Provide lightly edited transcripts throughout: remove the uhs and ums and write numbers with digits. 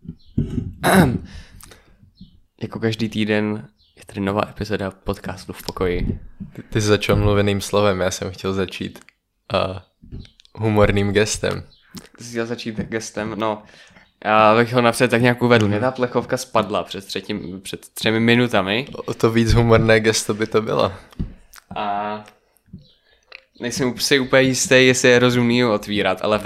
Jako každý týden je tady nová epizoda podcastu V pokoji. Ty jsi začal mluveným slovem, já jsem chtěl začít humorným gestem. Ty jsi chtěl začít gestem, no. Já bych ho napřed tak nějak uvedl. Mě ta plechovka spadla před 3 minutami. O to víc humorné gesto by to bylo. A nejsem si úplně jistý, jestli je rozumný ho otvírat, ale v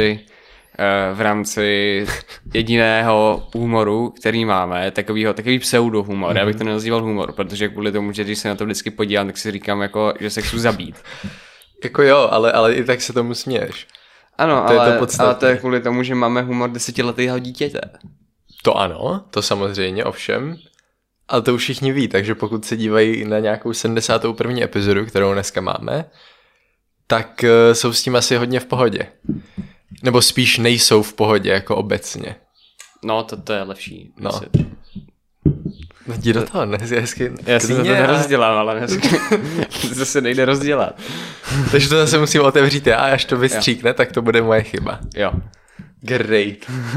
rámci jediného humoru, který máme, takový pseudohumor. Já bych to nenazýval humor, protože kvůli tomu, že když se na to vždycky podívám, tak si říkám, jako, že se chci zabít. Jako jo, ale i tak se tomu směješ. Ano, ale to je kvůli tomu, že máme humor 10letého dítěte. To ano, to samozřejmě, ovšem. Ale to už všichni ví, takže pokud se dívají na nějakou 71. epizodu, kterou dneska máme, tak jsou s tím asi hodně v pohodě. Nebo spíš nejsou v pohodě, jako obecně. No, to je lepší. No. Jdi do toho, hezky. Já si to nerozdělám, ale dneska zase nejde rozdělat. Takže to zase musím otevřít já, až to vystříkne, tak to bude moje chyba. Jo. Great.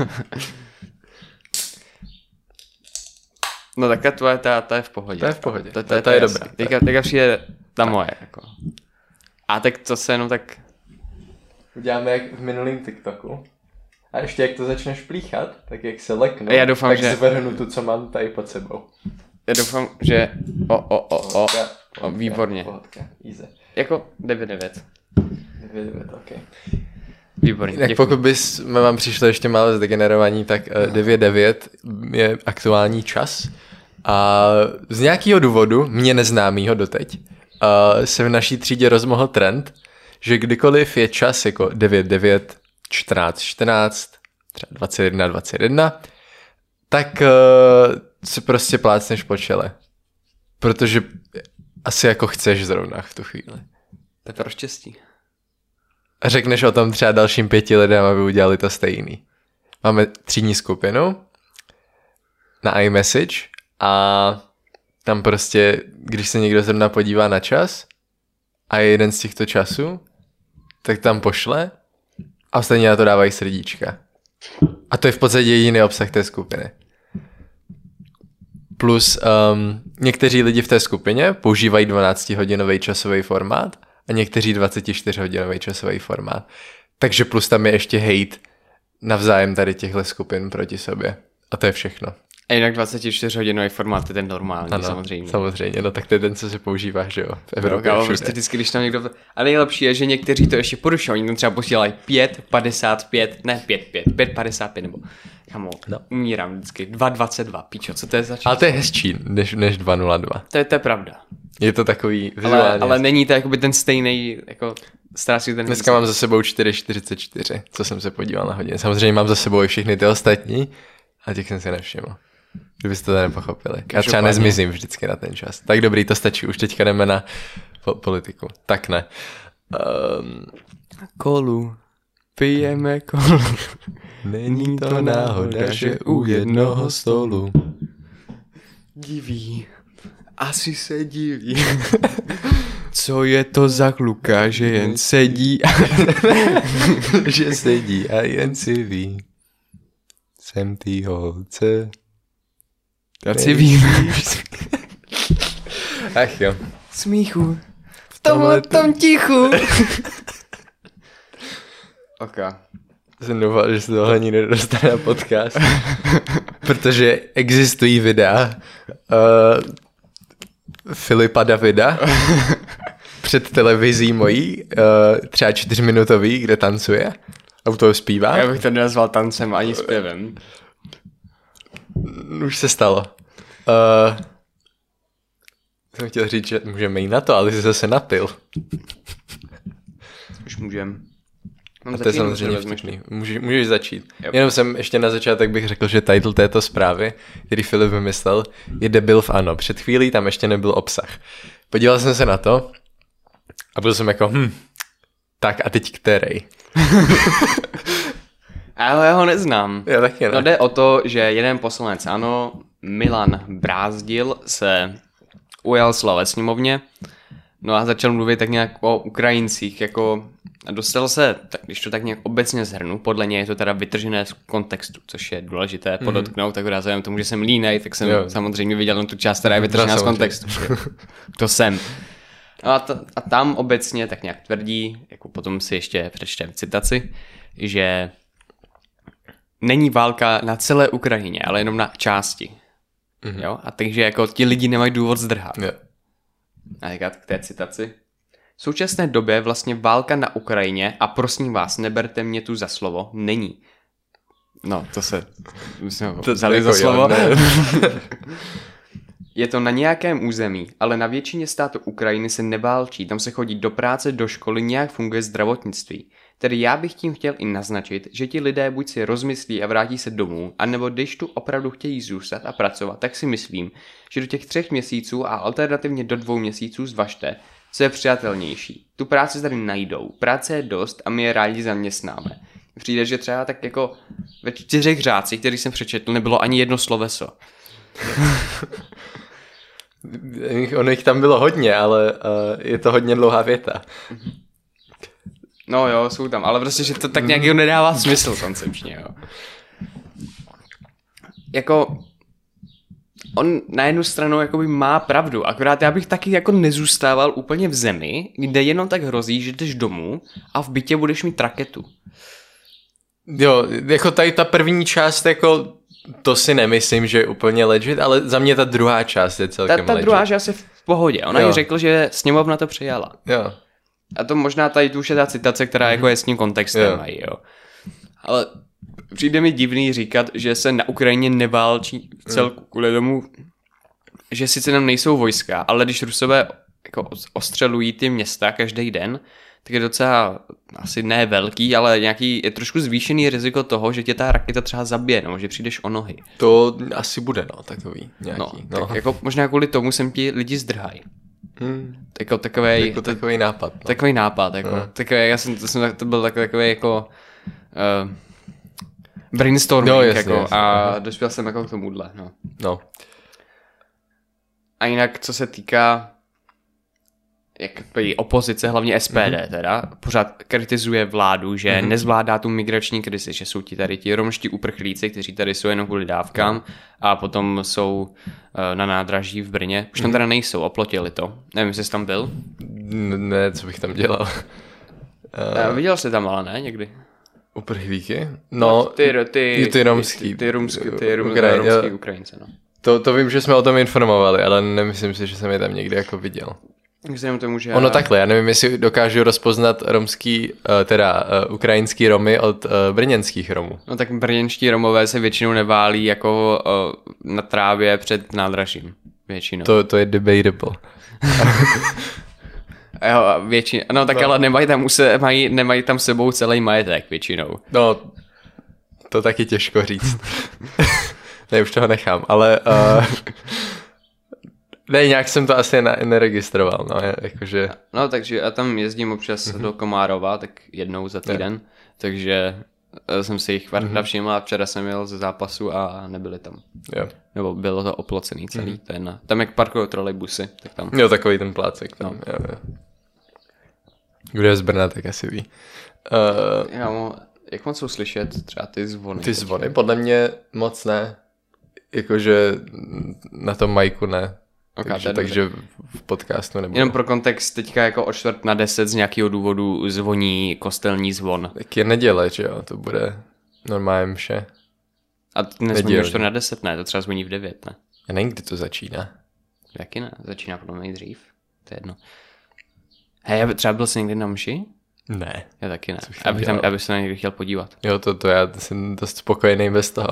No tak ta je v pohodě. Ta je v pohodě. Ta je dobrá. Teďka přijde ta moje. Jako. A tak to se jenom tak... Uděláme jak v minulým TikToku. A ještě jak to začneš plíchat, tak jak se leknu, já doufám, tak že... zvrhnu tu, co mám tady pod sebou. Já doufám, že... Pohodka, výborně. Pohodka, easy. Jako 9-9. 9-9, ok. Výborně. Jak pokud bys vám přišlo ještě málo zdegenerovaní, tak 9-9 je aktuální čas. A z nějakého důvodu, mě neznámýho doteď, se v naší třídě rozmohl trend, že kdykoliv je čas jako 9-9, 14-14, třeba 21-21, tak se prostě plácneš po čele. Protože asi jako chceš zrovna v tu chvíli. To je pro štěstí. A řekneš o tom třeba dalším 5 lidem, aby udělali to stejný. Máme třídní skupinu na iMessage a tam prostě, když se někdo zrovna podívá na čas a je jeden z těchto časů, tak tam pošle a ostatní na to dávají srdíčka. A to je v podstatě jediný obsah té skupiny. Plus někteří lidi v té skupině používají 12hodinový časový formát a někteří 24hodinový časový formát. Takže plus tam je ještě hate navzájem tady těchto skupin proti sobě. A to je všechno. A jinak 24hodinový formát je ten normální, ano, samozřejmě. Samozřejmě, no tak to je ten, co se používá, že jo, v Evropě všude. Prostě vždycky, když tam někdo... A nejlepší je, že někteří to ještě porušují, oni tam třeba posílají 5,55, ne 5,55 nebo... Kamo, umírám vždycky. 2,22, pičo, co to je za čas? Ale to je hezčí, než 2,02. To je pravda. Je to takový vizuálně. Ale není to jakoby ten stejný, jako ztrácí ten... Dneska mám za sebou 4,44, co jsem se podíval na hodinu. Samozřejmě mám za sebou i všechny ty ostatní, a těch jsem si nevšiml. Kdybyste to nepochopili. Já třeba nezmizím vždycky na ten čas. Tak dobrý, to stačí. Už teďka jdeme na politiku. Tak ne. Kolu. Pijeme kolu. Není to náhoda, že u jednoho stolu. Diví. Asi se diví. Co je to za kluka, že jen sedí. Že sedí a jen si ví. Jsem tý holce. Já si vím. Ach jo. Smíchu. V tomhletom tichu. Ok. Jsem doufal, že se tohle nikdy nedostane na podcast. Protože existují videa Filipa Davida před televizí mojí, třeba 4minutový, kde tancuje a u toho zpívá. Já bych to nenazval tancem ani zpěvem. Už se stalo. Jsem chtěl říct, že můžeme jít na to, ale jsi zase napil. Už můžem. A to je samozřejmě vtipný. Můžeš začít. Yep. Jenom jsem ještě na začátek bych řekl, že title této zprávy, který Filip vymyslel, je Debil v ANO. Před chvílí tam ještě nebyl obsah. Podíval jsem se na to a byl jsem jako, tak a teď kterej? Ale já ho neznám. Já taky ne. No jde o to, že jeden poslanec ANO, Milan Brázdil, se ujal slova ve sněmovně, no a začal mluvit tak nějak o Ukrajincích, jako A dostal se, tak když to tak nějak obecně shrnu, podle něj je to teda vytržené z kontextu, což je důležité podotknout, tak vzhledem tomu, že jsem línej, tak jsem samozřejmě viděl na tu část, která je vytržená z kontextu. To jsem. A tam obecně tak nějak tvrdí, jako potom si ještě přečtem citaci, že není válka na celé Ukrajině, ale jenom na části. Jo? A takže jako ti lidi nemají důvod zdrhat. A říkat k té citaci. V současné době vlastně válka na Ukrajině, a prosím vás, neberte mě tu za slovo, není. No, my jsme vzali za slovo. Je to na nějakém území, ale na většině států Ukrajiny se neválčí, tam se chodí do práce, do školy, nějak funguje zdravotnictví. Tedy já bych tím chtěl i naznačit, že ti lidé buď si rozmyslí a vrátí se domů, anebo když tu opravdu chtějí zůstat a pracovat, tak si myslím, že do těch 3 měsíců a alternativně do 2 měsíců zvažte, co je přijatelnější. Tu práci tady najdou, práce je dost a my je rádi zaměstnáme. Přijde, že třeba tak jako ve 4 řádcích, který jsem přečetl, nebylo ani jedno sloveso. Ono jich tam bylo hodně, ale je to hodně dlouhá věta. No jo, jsou tam, ale prostě, že to tak nějak nedává smysl koncepčně, jo. Jako, on na jednu stranu jakoby má pravdu, akorát já bych taky jako nezůstával úplně v zemi, kde jenom tak hrozí, že jdeš domů a v bytě budeš mít raketu. Jo, jako tady ta první část, jako to si nemyslím, že je úplně legit, ale za mě ta druhá část je celkem legit. Ta druhá část je v pohodě, ona jí řekl, že sněmovna to přijala. Jo. A to možná tady tu už je ta citace, která jako je s tím kontextem mají, jo. Ale přijde mi divný říkat, že se na Ukrajině neválčí v celku kvůli tomu, že sice tam nejsou vojska, ale když Rusové jako ostřelují ty města každý den, tak je docela asi ne velký, ale nějaký je trošku zvýšený riziko toho, že tě ta raketa třeba zabije, nebo že přijdeš o nohy. To asi bude, no, takový nějaký. No. Tak jako možná kvůli tomu sem ti lidi zdrhají. Jako takový nápad. No. Takový nápad, jako. Takový, to byl takový jako brainstorming, no, jasně. A dospěl jsem jako k tomuhle, no. A jinak, co se týká opozice, hlavně SPD teda, pořád kritizuje vládu, že nezvládá tu migrační krizi, že jsou tady ti romští uprchlíci, kteří tady jsou jenom kvůli dávkám a potom jsou na nádraží v Brně. Už tam teda nejsou, oplotili to. Nevím, jestli jsi tam byl? Ne, co bych tam dělal. Viděl jsi tam ale ne, někdy? Uprchlíky? No, ty romský. Ty romský Ukrajince, no. To vím, že jsme o tom informovali, ale nemyslím si, že jsem je tam někdy jako viděl. Tomu, že ono takhle, já nevím, jestli dokážu rozpoznat ukrajinský Romy od brněnských Romů. No tak brněnští Romové se většinou neválí jako na trávě před nádražím. Většinou. To je debatable. Jo, no tak ale nemají tam sebou celý majetek většinou. No, to taky těžko říct. Ne, už toho nechám, ale... Ne, nějak jsem to asi neregistroval, no, jakože... No, takže já tam jezdím občas do Komárova, tak jednou za týden, takže jsem si jich všiml a včera jsem jel ze zápasu a nebyli tam. Jo. Nebo bylo to oplocený celý, to je tam jak parkují trolejbusy, tak tam. Jo, takový ten plácek tam, jo. Kdo je z Brna, tak asi ví. Jak moc jsou slyšet třeba ty zvony? Ty zvony, podle mě moc ne. Jakože na tom majku ne. Okay, takže v podcastu nebudu. Jenom pro kontext, teďka jako o 9:45 z nějakého důvodu zvoní kostelní zvon. Tak je neděle, že jo, to bude normálně mše. A nezvoní o 9:45, ne, to třeba zvoní v 9, ne? Já nevím, kdy to začíná. Jaký ne, začíná podle mě dřív, to je jedno. Hej, třeba byl jsi někdy na mši? Ne. Já taky ne, abych se na někdy chtěl podívat. Jo, to já jsem dost spokojený bez toho.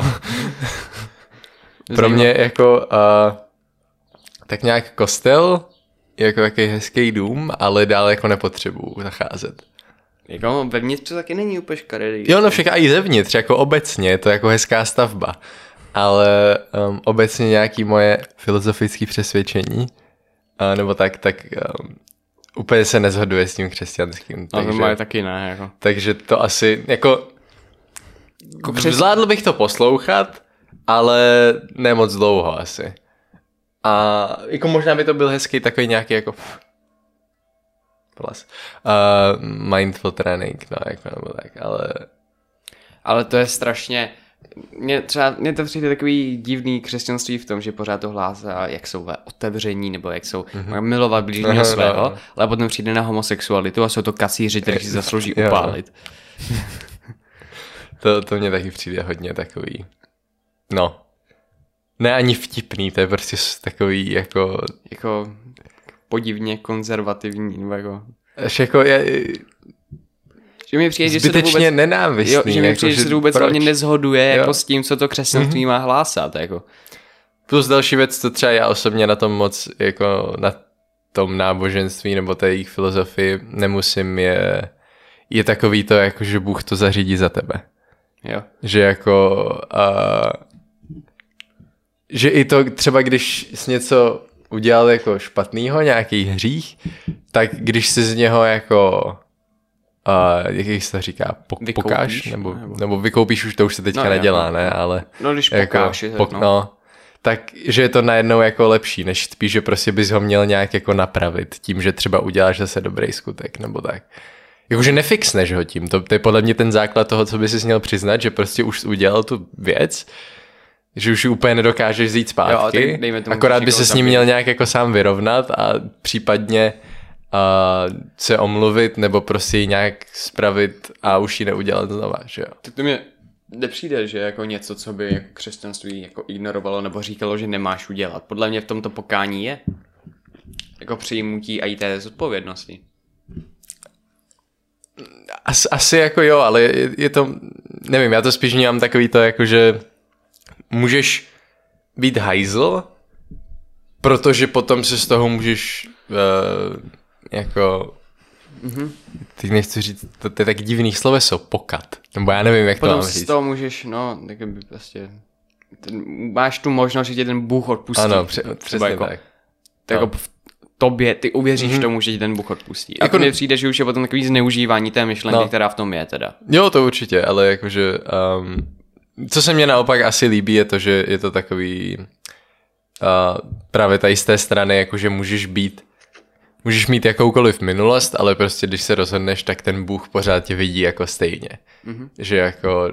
Pro mě jako... tak nějak kostel, jako jaký hezký dům, ale dál jako nepotřebuju zacházet. Jako vevnitř to taky není úplně škaredý. Jo, no všechno i zevnitř, jako obecně, je to jako hezká stavba. Ale obecně nějaký moje filozofické přesvědčení, nebo tak úplně se nezhoduje s tím křesťanským. No to moje taky ne, jako. Takže to asi, jako zvládl bych to poslouchat, ale ne moc dlouho asi. A jako možná by to byl hezký takový nějaký jako plus. Mindful training, no, jako nebo tak, ale... Ale to je strašně... Mně to přijde takový divný křesťanství v tom, že pořád to hlásá, jak jsou otevření, nebo jak jsou milovat blížního svého, ale potom přijde na homosexualitu a jsou to kasíři, kteří si zaslouží upálit. To mě taky přijde hodně takový, no, ne ani vtipný, to je prostě takový jako podivně konzervativní, nebo jako... Až jako že mi přijde, že zbytečně se to vůbec, nenávistný. Jo, že mi přijde, že se to vůbec hlavně nezhoduje jako s tím, co to křesťanství má hlásat. Jako. Plus další věc, co třeba já osobně na tom moc, jako na tom náboženství nebo té jejich filozofii nemusím, je takový to, jako, že Bůh to zařídí za tebe. Jo. Že jako... že i to třeba, když jsi něco udělal jako špatnýho, nějaký hřích, tak když si z něho jako... jak se to říká? Pokáš? Nebo vykoupíš, už to už se teďka nedělá, ne? Ale no, když jako, pokáš, tak, že je to najednou jako lepší, než spíš, že prostě bys ho měl nějak jako napravit tím, že třeba uděláš zase dobrý skutek, nebo tak. Jakože nefixneš ho tím, to je podle mě ten základ toho, co by si měl přiznat, že prostě už udělal tu věc, že už ji úplně nedokážeš vzít zpátky, akorát by se s ním měl nějak jako sám vyrovnat a případně se omluvit nebo prostě ji nějak spravit a už ji neudělat znova, že jo. Tak to mě nepřijde, že jako něco, co by jako křesťanství jako ignorovalo nebo říkalo, že nemáš udělat. Podle mě v tomto pokání je jako přijmutí a i té zodpovědnosti. Asi jako jo, ale je to, nevím, já to spíš vnímám takový to, jako že můžeš být hajzl, protože potom se z toho můžeš jako teď nechci říct, to je tak divný sloveso, pokat, nebo já nevím, jak potom to mám říct. Potom z toho můžeš, no, tak by prostě máš tu možnost, že tě ten Bůh odpustí. Ano, přesně jako, tak. Tak jako v tobě, ty uvěříš tomu, že ti ten Bůh odpustí. A jako, mně přijde, že už je potom takový zneužívání té myšlenky, která v tom je teda. Jo, to určitě, ale jakože co se mně naopak asi líbí, je to, že je to takový právě tady z té strany, jakože můžeš mít jakoukoliv minulost, ale prostě když se rozhodneš, tak ten Bůh pořád tě vidí jako stejně. Že jako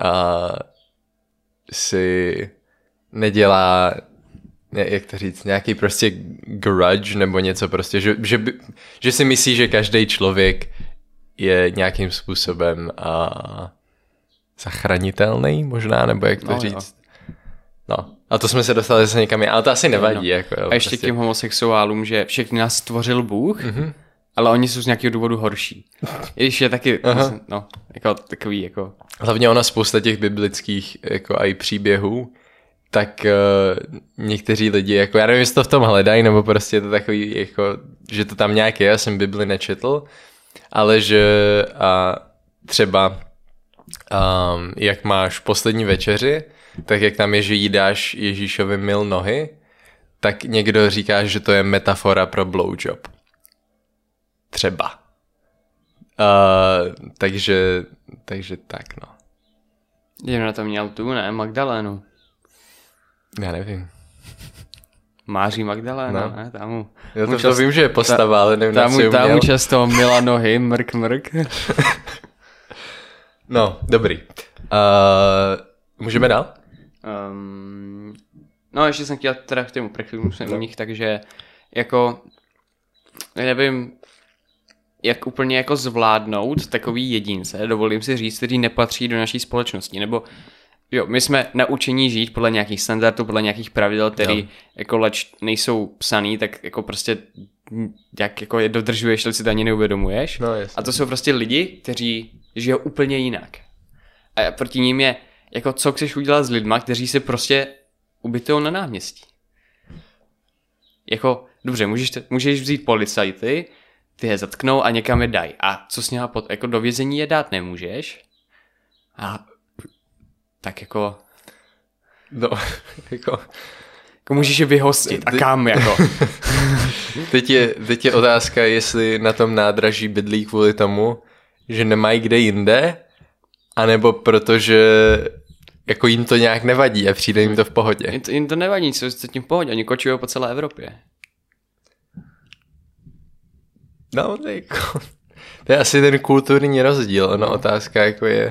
si nedělá, jak to říct, nějaký prostě grudge nebo něco prostě, že si myslí, že každý člověk je nějakým způsobem zachránitelný možná, nebo jak to říct. No. A to jsme se dostali zase někam, ale to asi nevadí. No. Jako, jo, a ještě prostě k těm homosexuálům, že všechny nás stvořil Bůh, ale oni jsou z nějakého důvodu horší. Když je taky, no, jako takový, jako... Hlavně ona spousta těch biblických, jako i příběhů, tak někteří lidi, jako já nevím, jestli to v tom hledají, nebo prostě je to takový, jako, že to tam nějak je, já jsem Bibli nečetl, ale že třeba jak máš poslední večeři, tak jak tam je, že jí dáš Ježíšovi mil nohy, tak někdo říká, že to je metafora pro blowjob. Třeba. Takže tak, no. Jen na to měl tu, ne? Magdalénu. Já nevím. Máří Magdaléna, no. Ne? Támu. Já to vím, že je postava, ale nevím, na co ju měl. Támu často mila nohy, mrk. No, dobrý. Můžeme dál? No, ještě jsem chtěl teda k těmu prechvíli u nich, takže jako nevím, jak úplně jako zvládnout takový jedince, dovolím si říct, kteří nepatří do naší společnosti, nebo jo, my jsme naučení žít podle nějakých standardů, podle nějakých pravidel, které jako leč nejsou psaný, tak jako prostě jak jako je dodržuješ, ale si to ani neuvědomuješ. No, a to jsou prostě lidi, kteří žijou úplně jinak. A proti ním je jako co chceš udělat s lidma, kteří se prostě ubytují na náměstí. Jako, dobře, můžeš vzít policajty, ty je zatknou a někam je dají. A co s něma jako do vězení je dát nemůžeš. A tak jako... No, jako můžeš je vyhostit. A kam, jako? teď je otázka, jestli na tom nádraží bydlí kvůli tomu, že nemají kde jinde, anebo protože jako jim to nějak nevadí a přijde jim to v pohodě. Jim to nevadí, co se tím v pohodě. Oni kočují po celé Evropě. No, to je asi ten kulturní rozdíl. Ono otázka jako je...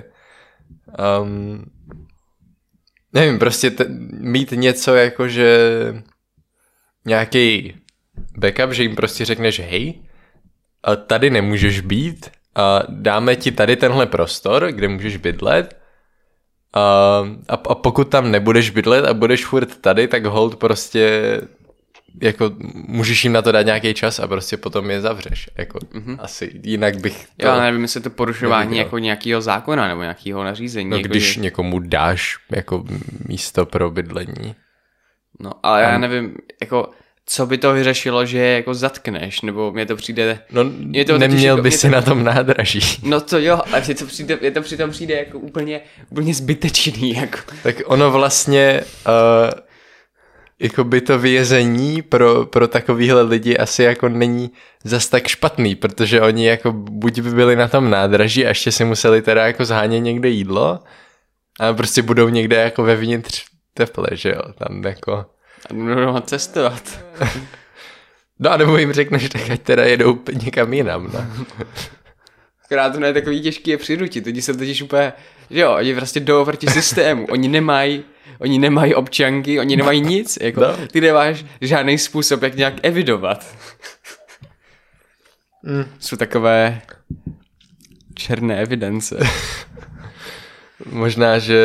nevím, prostě mít něco jako, že nějaký backup, že jim prostě řekneš, hej, a tady nemůžeš být a dáme ti tady tenhle prostor, kde můžeš bydlet a pokud tam nebudeš bydlet a budeš furt tady, tak hold prostě jako můžeš jim na to dát nějaký čas a prostě potom je zavřeš. Jako, asi jinak bych to... Já nevím, jestli to porušování jako nějakého zákona nebo nějakého nařízení. No jako když někomu dáš jako místo pro bydlení. No ale já nevím, jako co by to vyřešilo, že jako zatkneš, nebo mně to přijde... No neměl by si na tom nádraží. No to jo, ale mně to přitom přijde jako úplně zbytečný. Jako. Tak ono vlastně... jako by to vězení pro takovýhle lidi asi jako není zas tak špatný, protože oni jako buď by byli na tom nádraží a ještě si museli teda jako zhánět někde jídlo a prostě budou někde jako vevnitř teple, že jo, tam jako... A budou cestovat. No a nebo jim řekneš, tak ať teda jedou někam jinam, no. Akorát to je takový těžký je přinutit, oni se totiž úplně, že jo, oni prostě jdou proti systému, oni nemají občanky, oni nemají nic, jako, no. Ty nemáš žádný způsob, jak nějak evidovat. Jsou takové černé evidence. Možná, že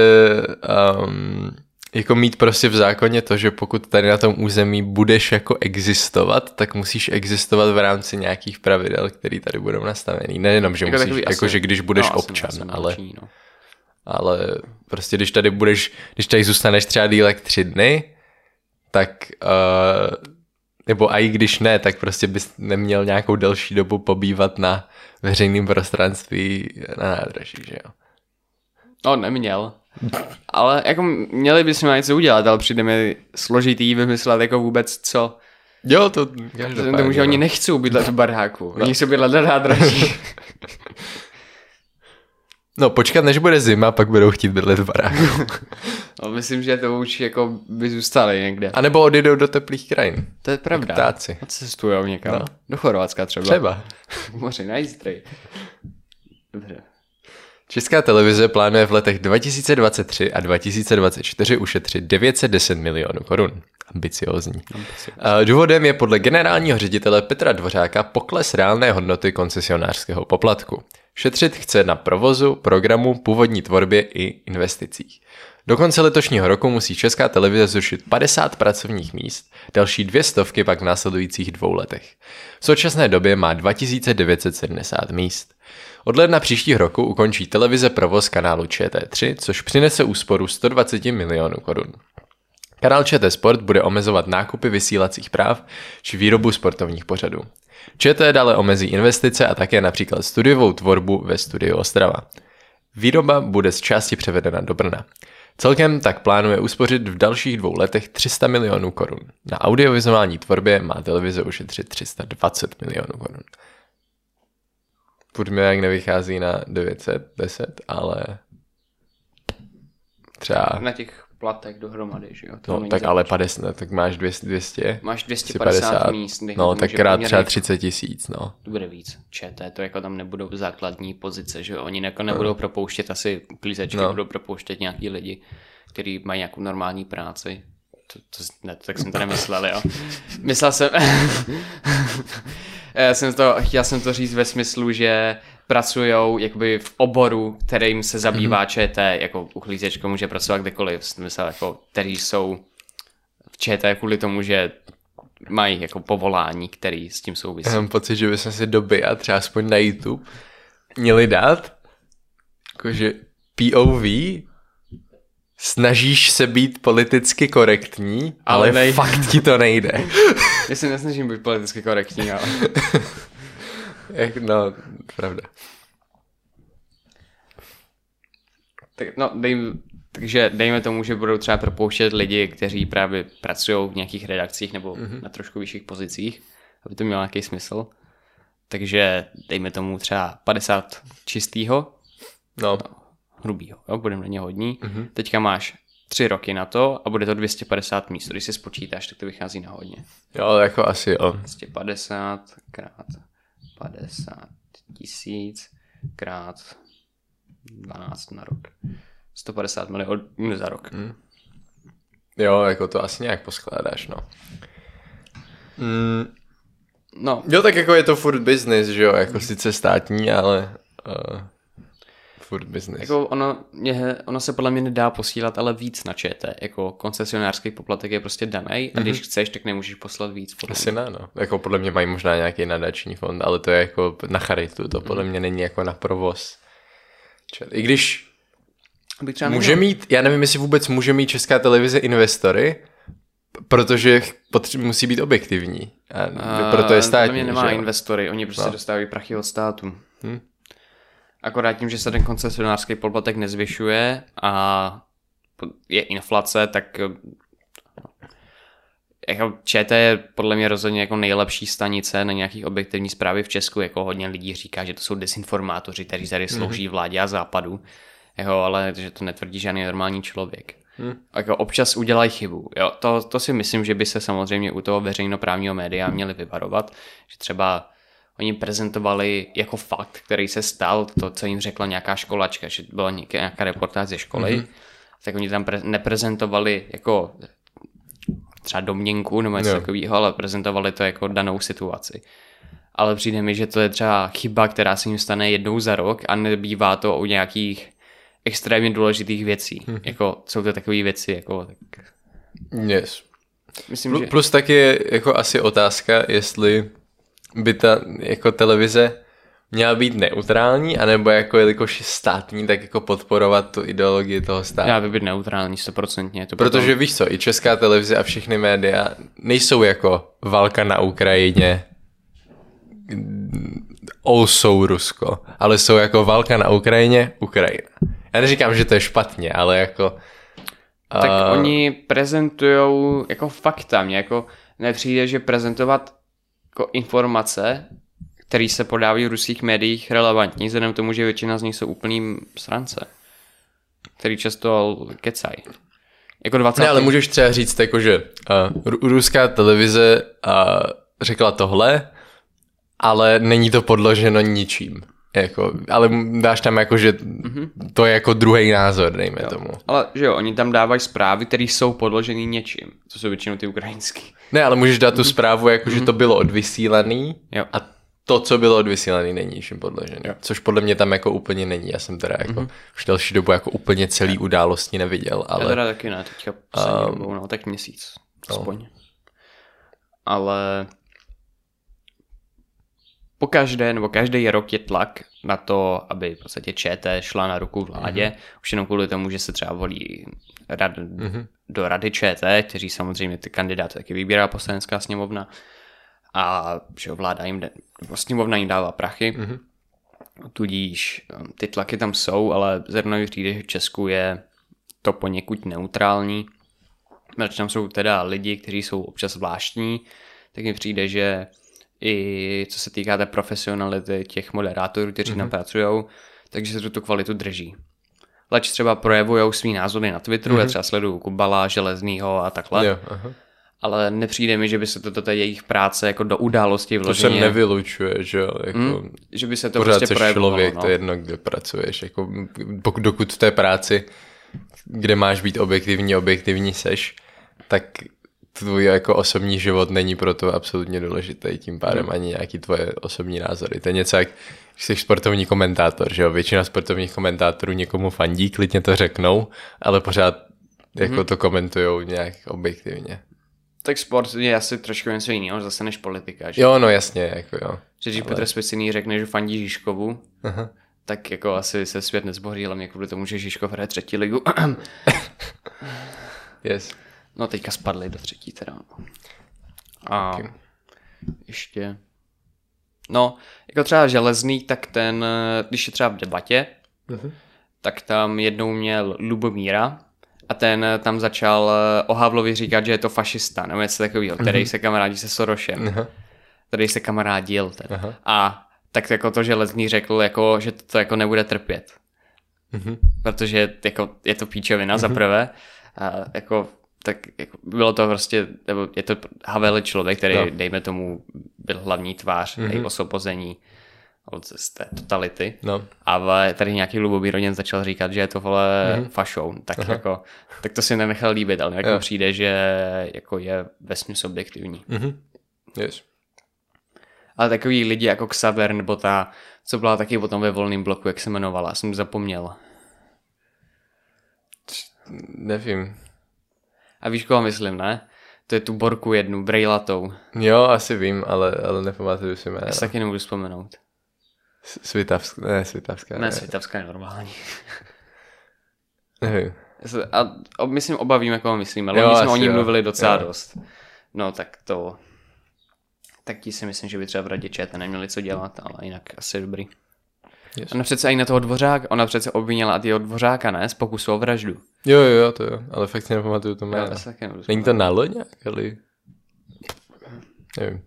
jako mít prostě v zákoně to, že pokud tady na tom území budeš jako existovat, tak musíš existovat v rámci nějakých pravidel, které tady budou nastavený. Nejenom, že jako musíš, jako že když budeš občan, ale prostě když tady zůstaneš třeba díl jak 3 dny, tak nebo a i když ne, tak prostě bys neměl nějakou delší dobu pobývat na veřejném prostranství na nádraží, že jo? No, neměl. Ale jako měli bychom něco udělat, ale přijde mi složitý vymyslet jako vůbec co. Jo, to každopádně. Tomu, že oni nechcou bydlet v baráku. Oni chcou bydlet na nádraží. No, počkat, než bude zima, pak budou chtít bydlet v baráku. No, myslím, že to už jako by zůstali někde. A nebo odjedou do teplých krajin. To je pravda. Ptáci. Cestujou někam. No. Do Chorvatska třeba. Třeba. Moři na Jistrej. Dobře. Česká televize plánuje v letech 2023 a 2024 ušetřit 910 milionů korun. Ambiciózní. Důvodem je podle generálního ředitele Petra Dvořáka pokles reálné hodnoty koncesionářského poplatku. Šetřit chce na provozu, programu, původní tvorbě i investicích. Do konce letošního roku musí Česká televize zrušit 50 pracovních míst, další 200 pak v následujících 2 letech. V současné době má 2970 míst. Od ledna příštího roku ukončí televize provoz kanálu ČT3, což přinese úsporu 120 milionů korun. Kanál ČT Sport bude omezovat nákupy vysílacích práv či výrobu sportovních pořadů. ČT dále omezí investice a také například studiovou tvorbu ve studiu Ostrava. Výroba bude z části převedena do Brna. Celkem tak plánuje uspořit v dalších 2 letech 300 milionů korun. Na audiovizuální tvorbě má televize ušetřit 320 milionů korun. Furt mi jak nevychází na 910, ale třeba... Na těch platech dohromady, že jo? To no tak ale 50, tak máš 200. Máš 250 míst. No tak krát třeba 30 000, no. To bude víc. ČT, to jako tam nebudou základní pozice, že jo? Oni jako nebudou propouštět asi uklízečky, budou propouštět nějaký lidi, kteří mají nějakou normální práci. Ne, tak jsem to nemyslel, jo. Myslel jsem... Chtěl jsem to říct ve smyslu, že pracujou jakoby v oboru, kterým se zabývá ČT, jako uklízečka může pracovat kdekoliv, myslím, jako, který jsou v ČT kvůli tomu, že mají jako povolání, který s tím souvisí. Já mám pocit, že bychom si doby a třeba aspoň na YouTube měli dát jakože POV, snažíš se být politicky korektní, ale fakt ti to nejde. Já se nesnažím být politicky korektní, ale... No, pravda. Tak, no, takže dejme tomu, že budou třeba propouštět lidi, kteří právě pracují v nějakých redakcích nebo na trošku vyšších pozicích, aby to mělo nějaký smysl. Takže dejme tomu třeba 50 čistýho. No. Hrubýho, jo, budeme na ně hodní. Teďka máš 3 roky na to a bude to 250 míst. Když si spočítáš, tak to vychází na hodně. Jo, jako asi jo. 250 krát 150 000 krát 12 na rok. 150 milionů za rok. Jo, jako to asi nějak poskládáš, no. No. Jo, tak jako je to furt business, že jo, jako sice státní, ale furt business. Jako ono se podle mě nedá posílat, ale víc na ČT. Jako koncesionářský poplatek je prostě danej a když chceš, tak nemůžeš poslat víc. Asi ne, no. Jako podle mě mají možná nějaký nadační fond, ale to je jako na charitu, to podle mě není jako na provoz. I když může mít, já nevím, jestli vůbec může mít Česká televize investory, protože musí být objektivní. A proto je státní. Podle mě nemá investory, oni prostě dostávají prachy od státu. Akorát tím, že se ten koncesionářský poplatek nezvyšuje a je inflace, tak jako ČT je podle mě rozhodně jako nejlepší stanice na nějakých objektivní zprávy v Česku. Jako hodně lidí říká, že to jsou dezinformátoři, kteří tady slouží vládě a západu. Jako, ale že to netvrdí žádný normální člověk. Jako občas udělají chybu. Jo? To si myslím, že by se samozřejmě u toho veřejnoprávního média měli vyvarovat. Že třeba oni prezentovali jako fakt, který se stal, to, co jim řekla nějaká školačka, že byla nějaká reportáž ze školy, tak oni tam neprezentovali jako třeba domněnku nebo něco takového, ale prezentovali to jako danou situaci. Ale přijde mi, že to je třeba chyba, která se jim stane jednou za rok a nebývá to u nějakých extrémně důležitých věcí. Jako jsou to takové věci, jako tak... Yes. Myslím, že... Plus taky je jako asi otázka, jestli by ta jako televize měla být neutrální, anebo jako jelikož je státní, tak jako podporovat tu ideologii toho státu. Měla by být neutrální, 100%. Protože víš co, i Česká televize a všechny média nejsou jako válka na Ukrajině, jsou Rusko, ale jsou jako válka na Ukrajině, Ukrajina. Já neříkám, že to je špatně, ale jako... Tak oni prezentujou jako fakta. Mně jako nepřijde, že prezentovat jako informace, které se podávají v ruských médiích, relevantní, vzhledem k tomu, že většina z nich jsou úplný srance, který často kecají. Jako 20. Ne, ale můžeš třeba říct, jako, že ruská televize řekla tohle, ale není to podloženo ničím. Jako, ale dáš tam jako, že to je jako druhý názor, dejme tomu. Ale že jo, oni tam dávají zprávy, které jsou podložený něčím. To jsou většinou ty ukrajinský. Ne, ale můžeš dát tu zprávu, jako, že to bylo odvysílaný a to, co bylo odvysílaný, není ničím podložený. Jo. Což podle mě tam jako úplně není. Já jsem teda jako už další dobu jako úplně celý události neviděl. Ale... Já teda taky ne, teďka poslední dobou, no tak měsíc. Aspoň. Ale... každý rok je tlak na to, aby v podstatě ČT šla na ruku vládě. Už jenom kvůli tomu, že se třeba volí do rady ČT, kteří samozřejmě ty kandidáty taky vybírá poslanecká sněmovna. A že vláda sněmovna jim dává prachy. Tudíž ty tlaky tam jsou, ale zrovna mi přijde, že v Česku je to poněkud neutrální. Protože tam jsou teda lidi, kteří jsou občas zvláštní, tak mi přijde, že i co se týká té profesionality těch moderátorů, kteří tam pracujou, takže se tu kvalitu drží. Leč třeba projevujou svý názory na Twitteru, já třeba sleduju Kubala, Železnýho a takhle. Jo, ale nepřijde mi, že by se to jejich práce jako do události vloženě... To se nevylučuje, že jo? Jako že by se to pořád prostě projevovalo. Člověk, to je jedno, kde pracuješ. Jako, dokud v té práci, kde máš být objektivní seš, tak tvůj jako osobní život není proto absolutně důležitý, tím pádem ani nějaký tvoje osobní názory. To je něco jak, když jsi sportovní komentátor, že jo? Většina sportovních komentátorů někomu fandí, klidně to řeknou, ale pořád jako to komentujou nějak objektivně. Tak sport je asi trošku něco jiného zase než politika. Že? Jo, no jasně, jako jo. Že když Petr Speciný řekne, že fandí Žižkovu, tak jako asi se svět nezboří, hlavně kvůli tomu, že Žižkov hraje 3. ligu. Yes. No teďka spadli do 3. teda. A ještě... No, jako třeba Železný, tak ten, když je třeba v debatě, tak tam jednou měl Lubomíra a ten tam začal o Havlovi říkat, že je to fašista, nebo něco takového, který se kamarádí se Sorošem. Který se kamarádil. A tak jako to Železný řekl, jako, že to jako nebude trpět. Protože jako, je to píčovina za prvé. A jako tak jako bylo to prostě, nebo je to Havel člověk, který, dejme tomu, byl hlavní tvář osvobození z té totality. No. Ale tady nějaký Lubomír Roděn začal říkat, že je to fašou. Tak jako, tak to si nenechal líbit, ale jako přijde, že jako je vesměs objektivní. Yes. Ale takový lidi jako Xaver, nebo ta, co byla taky potom ve Volném bloku, jak se jmenovala, jsem zapomněl. Nevím. A víš, koho myslím, ne? To je tu Borku jednu, brejlatou. Jo, asi vím, ale nepamatuju si jméno. Já se taky nebudu vzpomenout. Svitavská. Ne, Svitavská je normální. Nevím. A myslím, oba víme, koho myslíme, ale my jsme o ní mluvili docela dost. No tak to... Tak ti si myslím, že by třeba v radě ČT neměli co dělat, ale jinak asi dobrý. Yes. Ona přece i na toho Dvořáka, ona přece obvinila tyho Dvořáka, ne? Z pokusu o vraždu. Jo, to jo, ale fakt si nepamatuju to jméno. Není to Nalo nějak, ale... Nevím.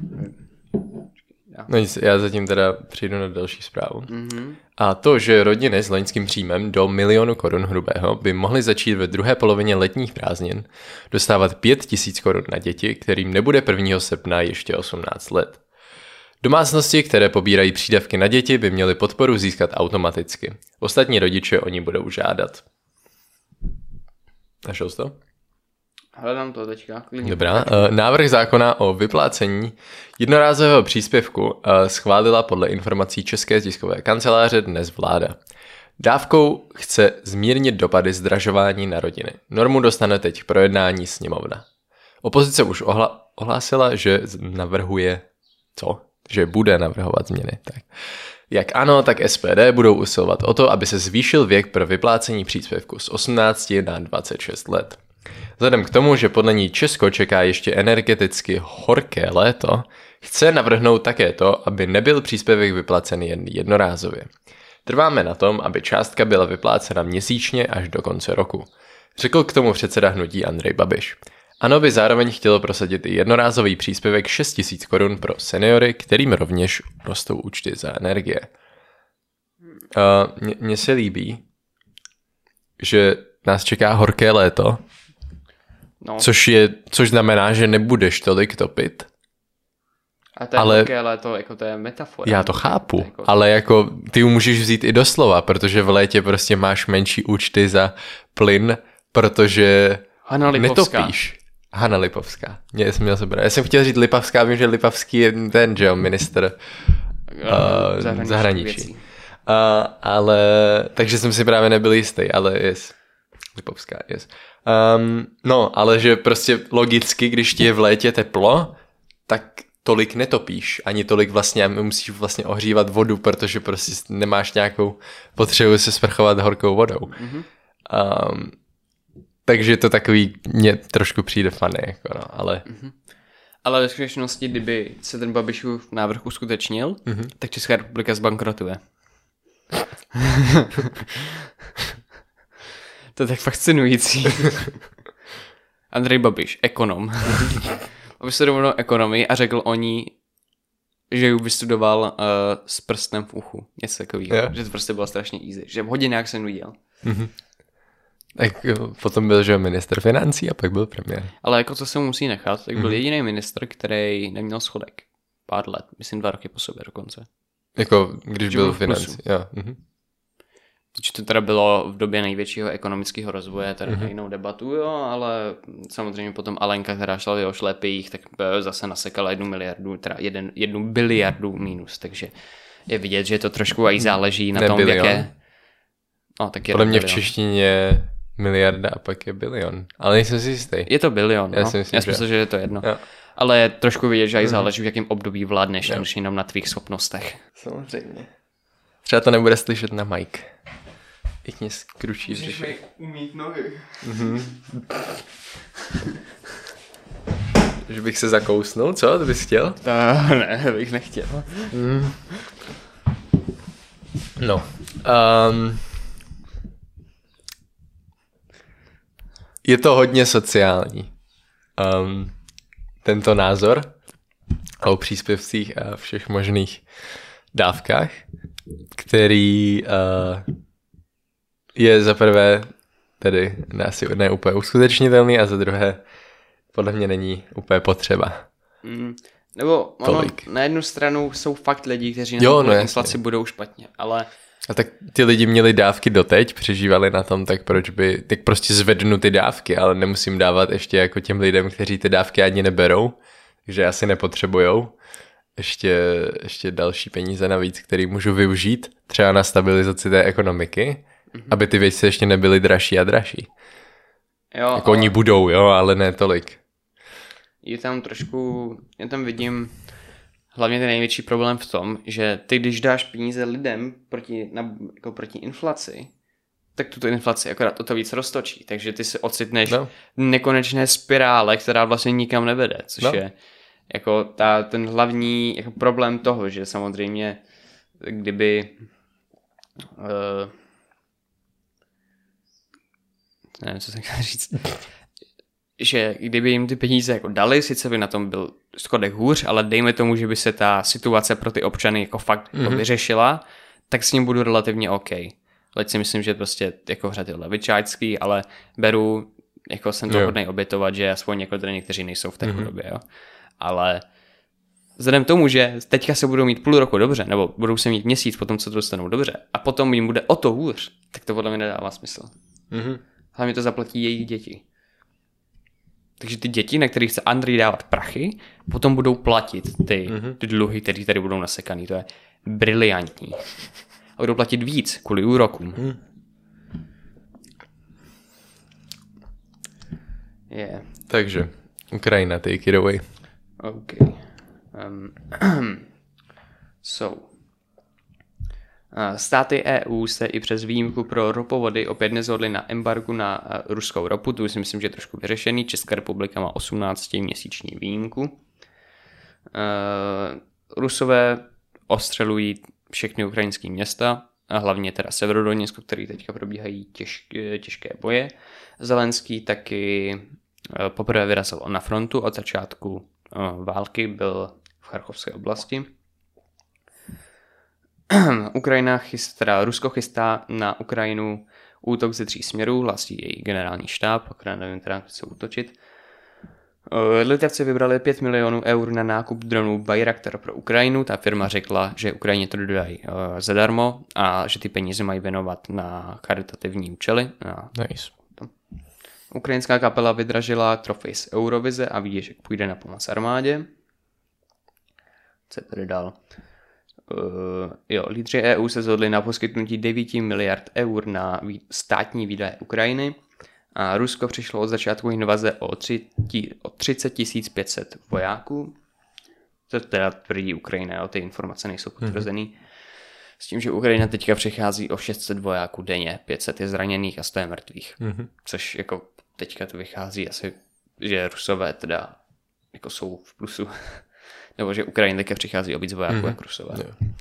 No nic, já zatím teda přijdu na další zprávu. A to, že rodiny s loňským příjmem do 1 000 000 korun hrubého by mohly začít ve druhé polovině letních prázdnin dostávat 5 000 korun na děti, kterým nebude 1. srpna ještě 18 let. Domácnosti, které pobírají přídavky na děti, by měly podporu získat automaticky. Ostatní rodiče o ní budou žádat. Našel jsi to? Hledám to teďka. Dobrá. Návrh zákona o vyplácení jednorázového příspěvku schválila podle informací České tiskové kanceláře dnes vláda. Dávkou chce zmírnit dopady zdražování na rodiny. Normu dostane teď k projednání sněmovna. Opozice už ohlásila, že navrhuje co? Že bude navrhovat změny. Tak. Jak ANO, tak SPD budou usilovat o to, aby se zvýšil věk pro vyplácení příspěvku z 18 na 26 let. Vzhledem k tomu, že podle ní Česko čeká ještě energeticky horké léto, chce navrhnout také to, aby nebyl příspěvek vyplacen jen jednorázově. Trváme na tom, aby částka byla vyplácena měsíčně až do konce roku. Řekl k tomu předseda hnutí Andrej Babiš. ANO by zároveň chtělo prosadit i jednorázový příspěvek 6 000 korun pro seniory, kterým rovněž rostou účty za energie. Mně se líbí, že nás čeká horké léto, což znamená, že nebudeš tolik topit. A to je horké léto, jako to je metafora. Já to chápu, ale jako ty můžeš vzít i doslova, protože v létě prostě máš menší účty za plyn, protože netopíš. Hana Lipovská. Já jsem chtěl říct Lipavská, vím, že Lipavský je ten, že jo, ministr zahraničí. Ale, takže jsem si právě nebyl jistý, ale yes. Lipovská, yes. No, ale že prostě logicky, když ti je v létě teplo, tak tolik netopíš, ani tolik vlastně musíš vlastně ohřívat vodu, protože prostě nemáš nějakou potřebu se sprchovat horkou vodou. Takže to takový mě trošku přijde funny, jako no, ale... Ale ve skutečnosti, kdyby se ten Babišův návrh uskutečnil, tak Česká republika zbankrotuje. To je tak fascinující. Andrej Babiš, ekonom. Vystudoval ekonomii a řekl o ní, že ji vystudoval s prstem v uchu. Něco takového. Yeah. Že to prostě bylo strašně easy. Že v hodinách se nudil. Tak potom byl, že ministr financí a pak byl premiér. Ale jako co se musí nechat, tak byl jediný ministr, který neměl schodek. Pár let. Myslím 2 roky po sobě dokonce. Jako když byl financí. Jo. Že to teda bylo v době největšího ekonomického rozvoje, teda na jinou debatu, jo, ale samozřejmě potom Alenka, která šla v jeho šlepích, tak zase nasekala 1 miliardu, teda 1 biliardu mínus, takže je vidět, že to trošku aj záleží na tom, jaké... No, tak podle mě v češtině miliarda a pak je bilion, ale nejsem si jistý. Je to bilion, no. Já si myslím, že je to jedno. Jo. Ale je trošku vidět, že aj záleží, v jakém období vládneš, než jenom na tvých schopnostech. Samozřejmě. Třeba to nebude slyšet na mic. Jak mě skručí. Musíš mi umýt nohy. Že bych se zakousnul, co? To bys chtěl? Ne, bych nechtěl. No. Je to hodně sociální. Tento názor o příspěvcích a všech možných dávkách, který je zaprvé tedy asi ne úplně uskutečnitelný a za druhé podle mě není úplně potřeba. Nebo ono, na jednu stranu jsou fakt lidi, kteří na inflaci budou špatně, ale... A tak ty lidi měli dávky doteď, přežívali na tom, tak proč by... Tak prostě zvednu ty dávky, ale nemusím dávat ještě jako těm lidem, kteří ty dávky ani neberou, takže asi nepotřebujou. Ještě další peníze navíc, které můžu využít třeba na stabilizaci té ekonomiky, aby ty věci ještě nebyly dražší a dražší. Jo, jako oni budou, jo, ale ne tolik. Já tam vidím hlavně ten největší problém v tom, že ty, když dáš peníze lidem proti inflaci, tak tuto inflaci akorát o to víc roztočí. Takže ty se ocitneš v nekonečné spirále, která vlastně nikam nevede, což je jako ten hlavní jako problém toho, že samozřejmě kdyby nevím, co jsem chtěl říct, že kdyby jim ty peníze jako dali, sice by na tom byl schodek hůř, ale dejme tomu, že by se ta situace pro ty občany jako fakt vyřešila, tak s ním budu relativně OK. Leč si myslím, že prostě jako hřad je levičácký, ale beru, jako jsem to hodnej obětovat, že aspoň jako tady někteří nejsou v té chudobě, jo. Ale vzhledem tomu, že teďka se budou mít půl roku dobře, nebo budou se mít měsíc potom, co to dostanou dobře, a potom jim bude o to hůř, tak to podle mě nedává smysl. Hlavně to zaplatí jejich děti. Takže ty děti, na kterých chce Andrej dávat prachy, potom budou platit ty dluhy, které tady budou nasekaný. To je briliantní. A budou platit víc kvůli úrokům. Takže Ukrajina, take it away. OK. Státy EU se i přes výjimku pro ropovody opět nezhodly na embargu na ruskou ropu, to si myslím, že je trošku vyřešený. Česká republika má 18měsíční výjimku. Rusové ostřelují všechny ukrajinské města, a hlavně teda Severodoněcko, který teďka probíhají těžké boje. Zelenský taky poprvé vyrazil na frontu od začátku války, byl v Charkovské oblasti. Rusko chystá na Ukrajinu útok ze 3 směrů, hlásí její generální štáb, akorát nevím teda, jak se útočit. Litevci vybrali 5 milionů eur na nákup dronů Bayraktar pro Ukrajinu. Ta firma řekla, že Ukrajině to dodají zadarmo a že ty peníze mají věnovat na charitativní účely. Nice. Ukrajinská kapela vydražila trofej z Eurovize a výděžek půjde na pomoc armádě. Co je tady dál? Lídři EU se shodli na poskytnutí 9 miliard eur na státní výdaje Ukrajiny a Rusko přišlo od začátku invaze o 30 500 vojáků. To teda tvrdí Ukrajina, ty informace nejsou potvrzený. S tím, že Ukrajina teďka přichází o 600 vojáků denně, 500 je zraněných a 100 je mrtvých. Což jako teďka to vychází asi, že Rusové teda jako jsou v plusu. Nebo že Ukrajina teďka přichází o víc vojáků jak Rusové.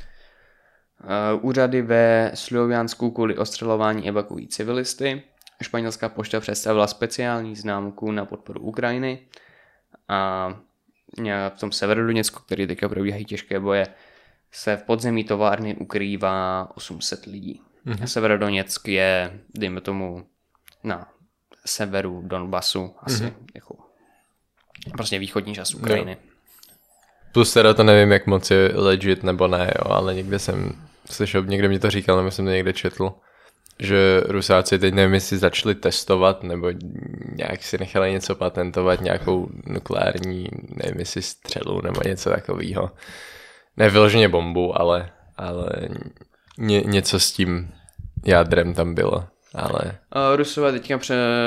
Úřady ve Sloviansku kvůli ostřelování evakuují civilisty. Španělská pošta představila speciální známku na podporu Ukrajiny a v tom Severodoněcku, který teďka probíhají těžké boje, se v podzemí továrny ukrývá 800 lidí. Severodoněck je, dejme tomu, na severu Donbasu, asi jako prostě východní část Ukrajiny. Plus teda to nevím, jak moc je legit nebo ne, jo, ale někde jsem slyšel, někde mi to říkal, nebo jsem to někde četl, že Rusáci teď nevím, jestli začali testovat, nebo nějak si nechali něco patentovat, nějakou nukleární, nevím, jestli střelu, nebo něco takového. Ne vyloženě bombu, ale něco s tím jádrem tam bylo. Ale... Rusové teďka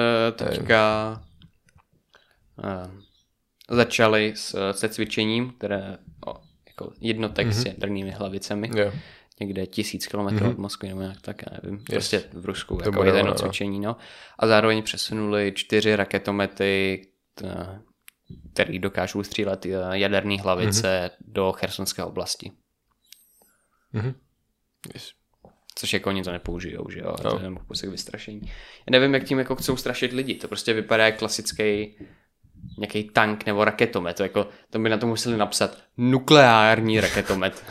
začali se cvičením, které jako jednotek s jadrnými hlavicemi. Někde 1000 kilometrů od Moskvy, nebo nějak tak, já nevím. Prostě v Rusku, jako jedno cvičení, no. A zároveň přesunuli 4 raketomety, který dokážou střílet jaderné hlavice do Chersonské oblasti. Což jako oni to nepoužijou, že jo? To je jenom pokusek vystrašení. Já nevím, jak tím jako chcou strašit lidi. To prostě vypadá jak klasický nějaký tank nebo raketomet. To by na to museli napsat nukleární raketomet.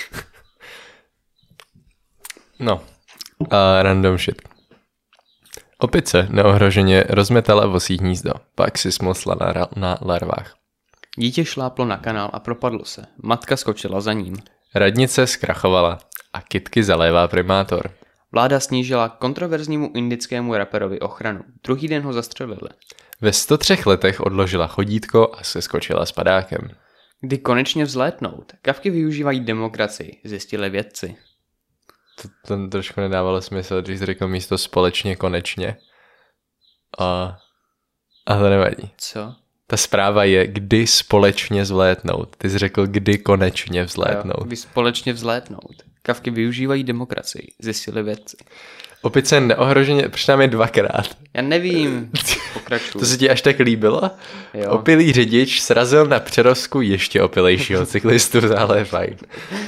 No, random shit. Opice neohroženě rozmetala vosí hnízdo, pak si smlsla na larvách. Dítě šláplo na kanál a propadlo se. Matka skočila za ním. Radnice zkrachovala a kytky zalévá primátor. Vláda snížila kontroverznímu indickému raperovi ochranu. Druhý den ho zastřelili. Ve 103 letech odložila chodítko a seskočila s padákem. Kdy konečně vzlétnout? Kavky využívají demokracii, zjistili vědci. To trošku nedávalo smysl, když jsi řekl místo společně konečně. A to nevadí. Co? Ta zpráva je, kdy společně vzlétnout. Ty jsi řekl, kdy konečně vzlétnout. Kdy společně vzlétnout. Kavky využívají demokracii, zjistili vědci. Opice neohroženě, proč tam je 2krát? Já nevím, pokračuju. To se ti až tak líbilo? Jo. Opilý řidič srazil na přerozku ještě opilejšího cyklistu v Zále fajn.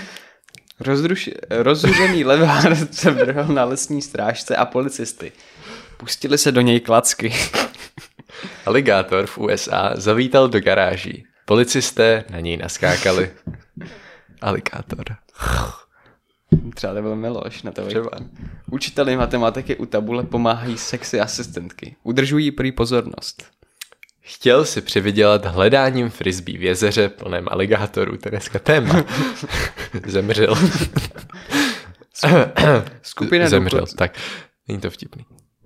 Rozzuřený levár se vrhl na lesní strážce a policisty. Pustili se do něj klacky. Aligátor v USA zavítal do garáží. Policisté na něj naskákali. Aligátor. Třeba to byl Miloš na to. Učiteli matematiky u tabule pomáhají sexy asistentky. Udržují prý pozornost. Chtěl si přivydělat hledáním frisbee v jezeře plném aligátorů. To je dneska téma. Zemřel. Zemřel, tak. Není to vtipný.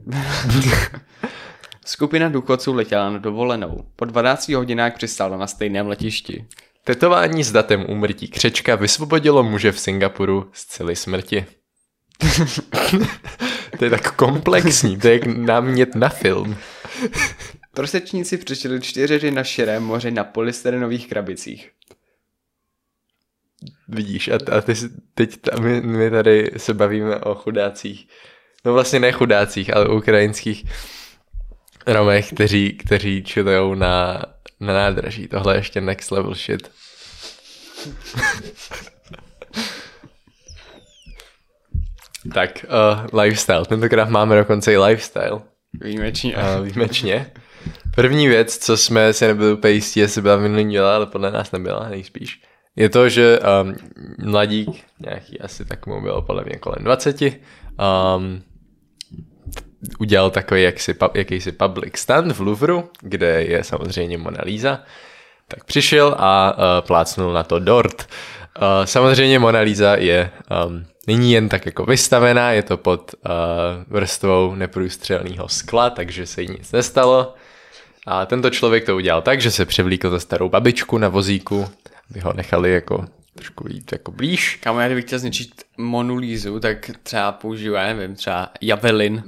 Skupina důchodců letěla na dovolenou. Po 12 hodinách přistála na stejném letišti. Tetování s datem úmrtí křečka vysvobodilo muže v Singapuru z cely smrti. To je tak komplexní, to je jak námět na film. Prosečníci přečili 4 na širém moři na polystyrenových krabicích. Vidíš, a ty, teď my tady se bavíme o chudácích. No vlastně ne chudácích, ale ukrajinských Romech, kteří chillujou na nádraží. Tohle je ještě next level shit. Tak, lifestyle. Tentokrát máme dokonce i lifestyle. Výjimečně. Výjimečně. První věc, co jsme si nebyli úplně jistí, jestli byla minulý díla, ale podle nás nebyla, nejspíš. Je to, že mladík, nějaký asi tak mu bylo podle mě kolem 20, udělal takový jakýsi public stand v Louvru, kde je samozřejmě Mona Lisa, tak přišel a plácnul na to dort. Samozřejmě Mona Lisa je není jen tak jako vystavená, je to pod vrstvou neprůstřelného skla, takže se jí nic nestalo. A tento člověk to udělal tak, že se převlíkl za starou babičku na vozíku, aby ho nechali jako trošku jít jako blíž. Kámo, já kdybych chtěl zničit Monu Lisu, tak třeba použiju, já nevím, třeba Javelin.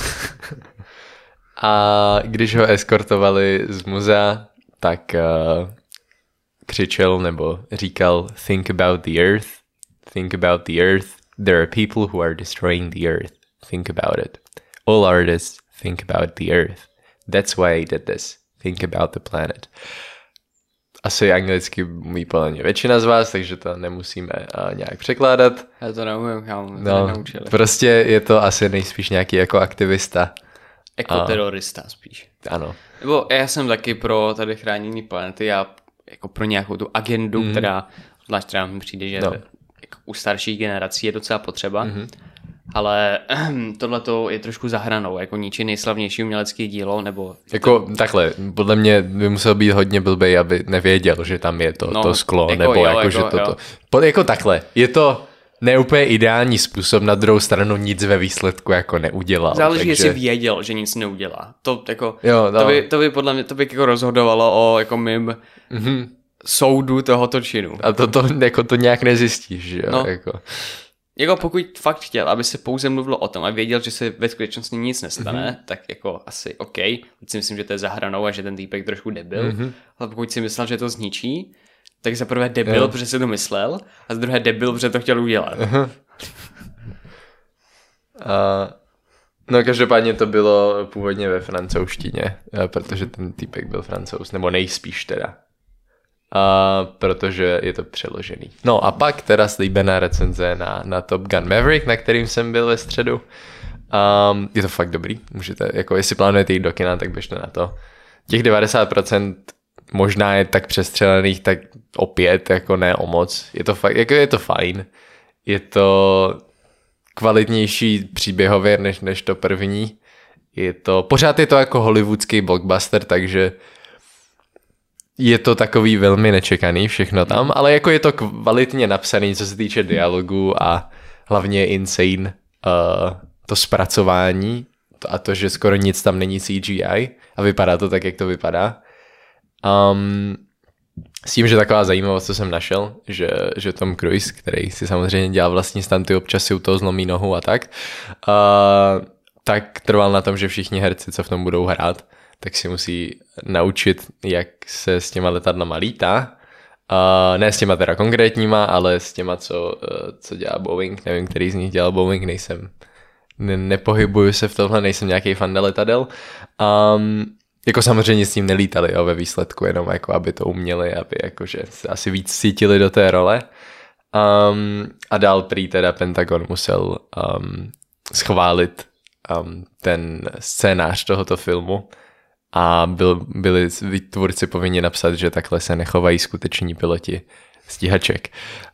A když ho eskortovali z muzea, tak křičel nebo říkal think about the earth, think about the earth, there are people who are destroying the earth, think about it. All artists think about the earth. That's why I did this, think about the planet. Asi anglicky mluví podle mě většina z vás, takže to nemusíme nějak překládat. Já to neumím, kámo, no, nenaučili. Prostě je to asi nejspíš nějaký jako aktivista. Ekoterorista spíš. Ano. Nebo já jsem taky pro tady chránění planety a jako pro nějakou tu agendu, která, zvlášť třeba mi přijde, že jako u starších generací je docela potřeba. Ale tohleto je trošku za hranou, jako ničí nejslavnější umělecké dílo, nebo... Jako takhle, podle mě by musel být hodně blbej, aby nevěděl, že tam je to sklo, jako nebo jo, že toto... Jako takhle, je to neúplně ideální způsob, na druhou stranu nic ve výsledku jako neudělal. Záleží, takže... jestli věděl, že nic neudělá. To jako... Jo, no. to by podle mě, to by jako rozhodovalo o jako mým soudu tohoto činu. A to nějak nezjistíš, že jo? No. Jako pokud fakt chtěl, aby se pouze mluvilo o tom a věděl, že se ve skutečnosti nic nestane, tak jako asi OK. Teď si myslím, že to je za hranou a že ten týpek trošku debil. Ale pokud si myslel, že to zničí, tak za prvé debil, protože si to myslel, a za druhé debil, protože to chtěl udělat. No každopádně to bylo původně ve francouzštině, protože ten týpek byl Francouz, nebo nejspíš teda. Protože je to přeložený. No a pak teda slíbená recenze na Top Gun Maverick, na kterým jsem byl ve středu. Je to fakt dobrý. Můžete, jako jestli plánujete jít do kina, tak běžte na to. Těch 90% možná je tak přestřelených, tak opět jako ne o moc. Je to fakt, jako je to fajn. Je to kvalitnější příběhově než to první. pořád je to jako hollywoodský blockbuster, takže je to takový velmi nečekaný všechno tam, ale jako je to kvalitně napsaný, co se týče dialogu a hlavně insane to zpracování a to, že skoro nic tam není CGI a vypadá to tak, jak to vypadá. S tím, že taková zajímavost, co jsem našel, že Tom Cruise, který si samozřejmě dělal vlastní stunty, občas si u toho zlomí nohu a tak trval na tom, že všichni herci, co v tom budou hrát, tak si musí naučit, jak se s těma letadlama lítá. Ne s těma teda konkrétníma, ale s těma, co dělá Boeing. Nevím, který z nich dělal Boeing, nepohybuju se v tomhle, nejsem nějaký fan letadel. Jako samozřejmě s ním nelítali, jo, ve výsledku, jenom jako aby to uměli, aby jakože se asi víc cítili do té role. A dál prý teda Pentagon musel schválit ten scénář tohoto filmu a byli tvůrci povinni napsat, že takhle se nechovají skuteční piloti stíhaček.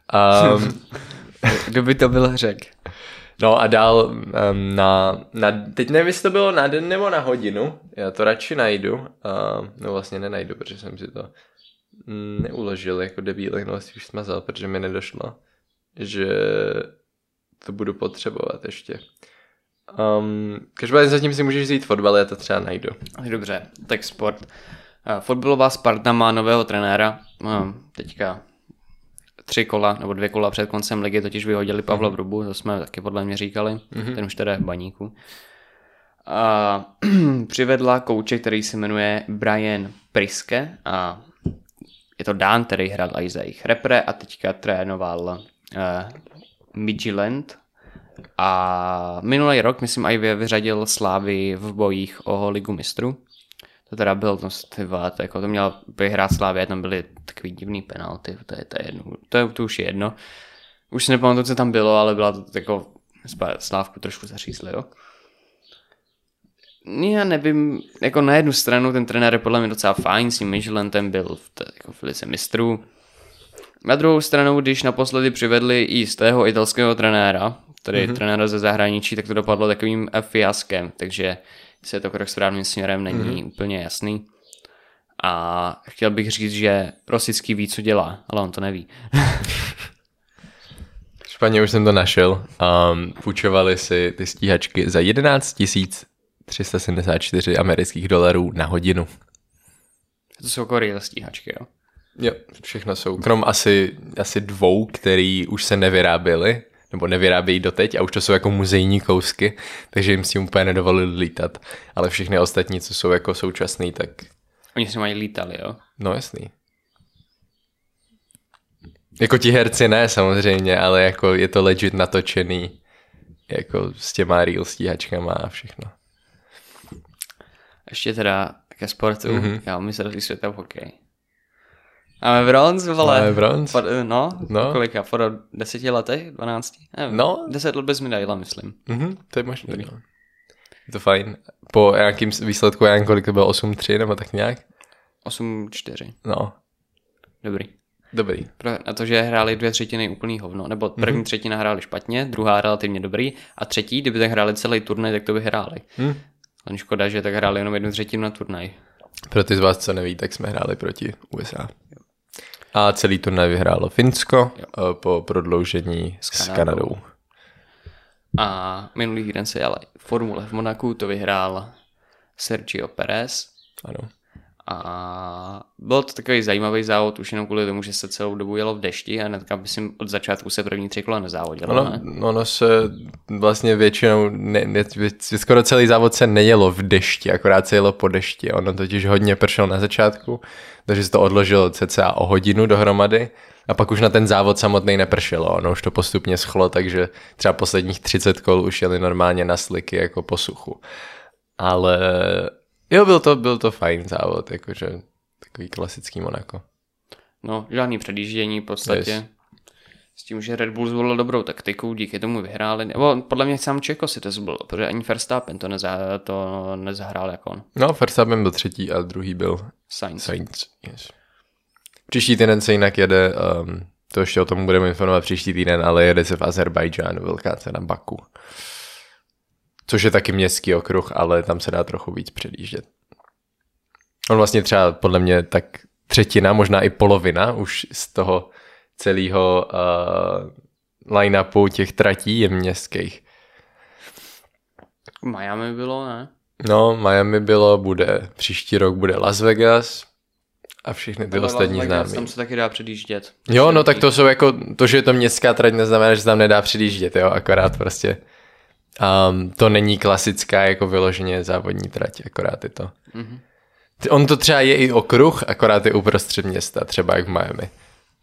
Kdo by to byl řek? No a dál teď nevím, jestli to bylo na den nebo na hodinu, já to radši najdu, no vlastně nenajdu, protože jsem si to neuložil jako debílek, no vlastně už smazal, protože mi nedošlo, že to budu potřebovat ještě. Každopádně zatím si můžeš vzít fotbal, já to třeba najdu. Dobře, tak sport. Fotbalová Sparta má nového trenéra, teďka 3 kola nebo 2 kola před koncem ligy totiž vyhodili Pavla Vrubu, to jsme taky podle mě říkali, ten už teda je v baníku. A přivedla kouče, který se jmenuje Brian Priske a je to Dán, který hrál i za jejich repre a teďka trénoval Midtjylland a minulý rok, myslím, i vyřadil Slávy v bojích o ligu mistrů. To teda byl jako to měla vyhrát Slávě, tam byly takový divný penalty, to je jedno, to už je jedno. Už si nepamatuju, co tam bylo, ale byla to jako Slávku trošku zařízli, jo. Já nevím, jako na jednu stranu ten trenér je podle mě docela fajn, s tím Midtjyllandem byl v lize mistrů. Na druhou stranu, když naposledy přivedli i jistého italského trenéra, který trenéra ze zahraničí, tak to dopadlo takovým fiaskem, takže se je to krok správným směrem, není úplně jasný. A chtěl bych říct, že Rosický ví, co dělá, ale on to neví. Špatně už jsem to našel. Půjčovali si ty stíhačky za 11 374 amerických dolarů na hodinu. To jsou jako real stíhačky, jo? Jo, všechno jsou. Krom asi 2, který už se nevyráběly, nebo nevyrábějí doteď a už to jsou jako muzejní kousky, takže jim s tím úplně nedovolili lítat. Ale všechny ostatní, co jsou jako současný, tak... Oni si mají lítali, jo? No jasný. Jako ti herci ne samozřejmě, ale jako je to legit natočený jako s těma real stíhačkama a všechno. Ještě teda ke sportu, já mistrovství světa v hokeji. Máme bronz, vole. Máme bronz? No, kolika? Po 10 letech? 12? Nevím. No. 10 let bez medaile, myslím. To je možný. Je to fajn. Po nějakým výsledku, já nevím, kolik to bylo, 8-3 nebo tak nějak? 8-4. No. Dobrý. Na to, že hráli 2/3 úplný hovno, nebo první třetina hráli špatně, druhá relativně dobrý a třetí, kdyby tak hráli celý turnaj, tak to by hráli. Len škoda, že tak hráli jenom 1/3 na turnaj. Pro ty z vás, co neví, tak jsme hráli proti USA. A celý turnaj vyhrálo Finsko po prodloužení s Kanadou. A minulý den se jela formule v Monaku, to vyhrál Sergio Perez. Ano. A byl to takový zajímavý závod, už jenom kvůli tomu, že se celou dobu jelo v dešti a hnedka myslím od začátku se první 3 kola nezávodilo. Ono se vlastně většinou, skoro celý závod se nejelo v dešti, akorát se jelo po dešti. Ono totiž hodně pršelo na začátku, takže se to odložilo cca o hodinu dohromady a pak už na ten závod samotný nepršelo. Ono už to postupně schlo, takže třeba posledních 30 kol už jeli normálně na sliky jako po suchu. Ale... Jo, byl to fajn závod, jakože takový klasický Monako. No, žádný předjíždění v podstatě. Yes. S tím, že Red Bull zvolil dobrou taktiku, díky tomu vyhráli. Nebo podle mě sám Čeko si to zvolil, protože ani Verstappen to nezahrál jako on. No, Verstappen byl 3. a druhý byl Sainz. Yes. Příští týden se jinak jede, to ještě o tom budeme informovat příští týden, ale jede se v Azerbajdžánu, velká cena Baku. což je taky městský okruh, ale tam se dá trochu víc předjíždět. On vlastně třeba podle mě tak třetina, možná i polovina už z toho celého line-upu těch tratí je městských. Miami bylo, ne? No, Miami bylo, příští rok bude Las Vegas a všechny ty ostatní známí. Tam se taky dá předjíždět. Jo, no tak to jsou jako, to, že je to městská trať, neznamená, že se tam nedá předjíždět, jo, akorát prostě to není klasická jako vyloženě závodní trať, akorát je to. Mm-hmm. On to třeba je i okruh, akorát je uprostřed města, třeba jak v Miami.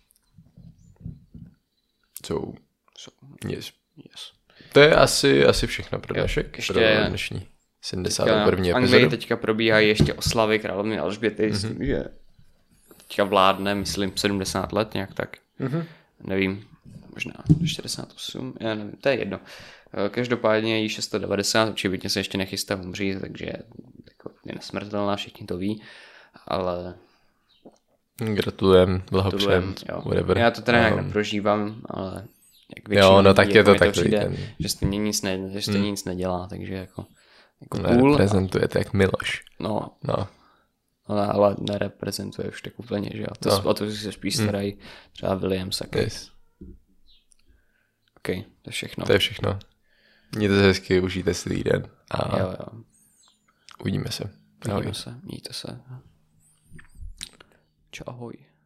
Yes. To je asi všechno pro dnešek. Ještě pro dnešní 71. epizodu. V Anglii teďka probíhají ještě oslavy královny Alžběty, že teďka vládne, myslím, 70 let nějak tak. Mm-hmm. Nevím, možná 48, já nevím, to je jedno. Každopádně jí 690, očividně se ještě nechystá umřít, takže je nesmrtelná, všichni to ví, ale... Gratulujem, blahopřejem, whatever. Já to teda nějak neprožívám, ale jak většinou jo, no tak je to takový přijde, že stejně nic nedělá, takže jako cool. Reprezentujete jak Miloš. No. Ale nereprezentuje už tak úplně, že jo. O to si se spíš starají třeba Williams. Yes. OK, to je všechno. To je všechno. Mějte se hezky, užijte si den a jo. Uvidíme se. Mějte se. Čau, ahoj.